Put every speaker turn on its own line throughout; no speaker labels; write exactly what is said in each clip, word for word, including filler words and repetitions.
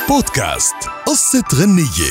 بودكاست قصة غنية.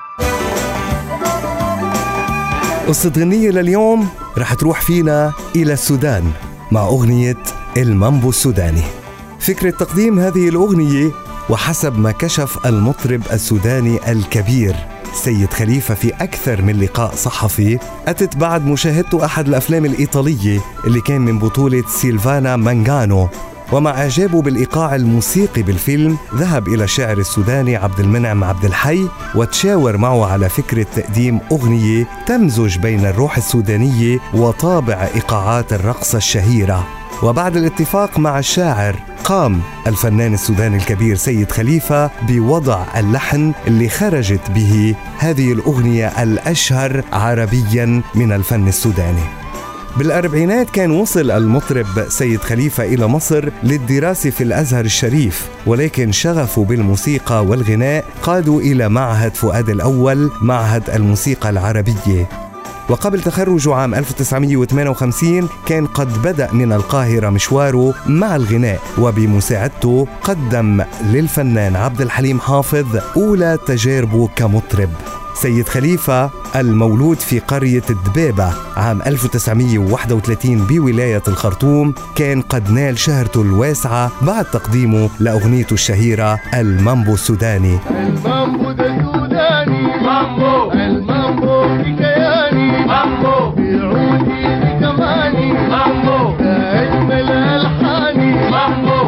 قصة غنية لليوم رح تروح فينا إلى السودان مع أغنية المامبو السوداني. فكرة تقديم هذه الأغنية وحسب ما كشف المطرب السوداني الكبير سيد خليفة في أكثر من لقاء صحفي، أتت بعد مشاهدته أحد الأفلام الإيطالية اللي كان من بطولة سيلفانا مانغانو، ومع إعجابه بالإيقاع الموسيقي بالفيلم ذهب إلى الشاعر السوداني عبد المنعم عبد الحي وتشاور معه على فكرة تقديم أغنية تمزج بين الروح السودانية وطابع إيقاعات الرقصة الشهيرة. وبعد الاتفاق مع الشاعر قام الفنان السوداني الكبير سيد خليفة بوضع اللحن اللي خرجت به هذه الأغنية الأشهر عربياً من الفن السوداني. بالأربعينات كان وصل المطرب سيد خليفة إلى مصر للدراسة في الأزهر الشريف، ولكن شغفه بالموسيقى والغناء قادوا إلى معهد فؤاد الأول، معهد الموسيقى العربية. وقبل تخرجه عام ألف وتسعمائة وثمانية وخمسين كان قد بدأ من القاهرة مشواره مع الغناء، وبمساعدته قدم للفنان عبد الحليم حافظ أولى تجاربه كمطرب. سيد خليفة المولود في قرية الدبابة عام ألف وتسعمائة وواحد وثلاثين بولاية الخرطوم كان قد نال شهرته الواسعة بعد تقديمه لأغنيته الشهيرة المامبو السوداني.
المامبو ده سوداني، مامبو المامبو في كياني، مامبو بعودي بكماني، مامبو أجمل ألحاني، مامبو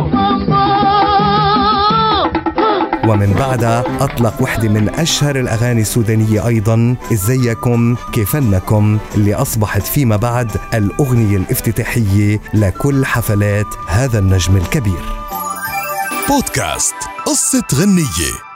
ومن بعدها أطلق وحدة من أشهر الأغاني السودانية أيضاً، إزيكم كيفنكم، اللي أصبحت فيما بعد الأغنية الافتتاحية لكل حفلات هذا النجم الكبير. بودكاست قصة غنية.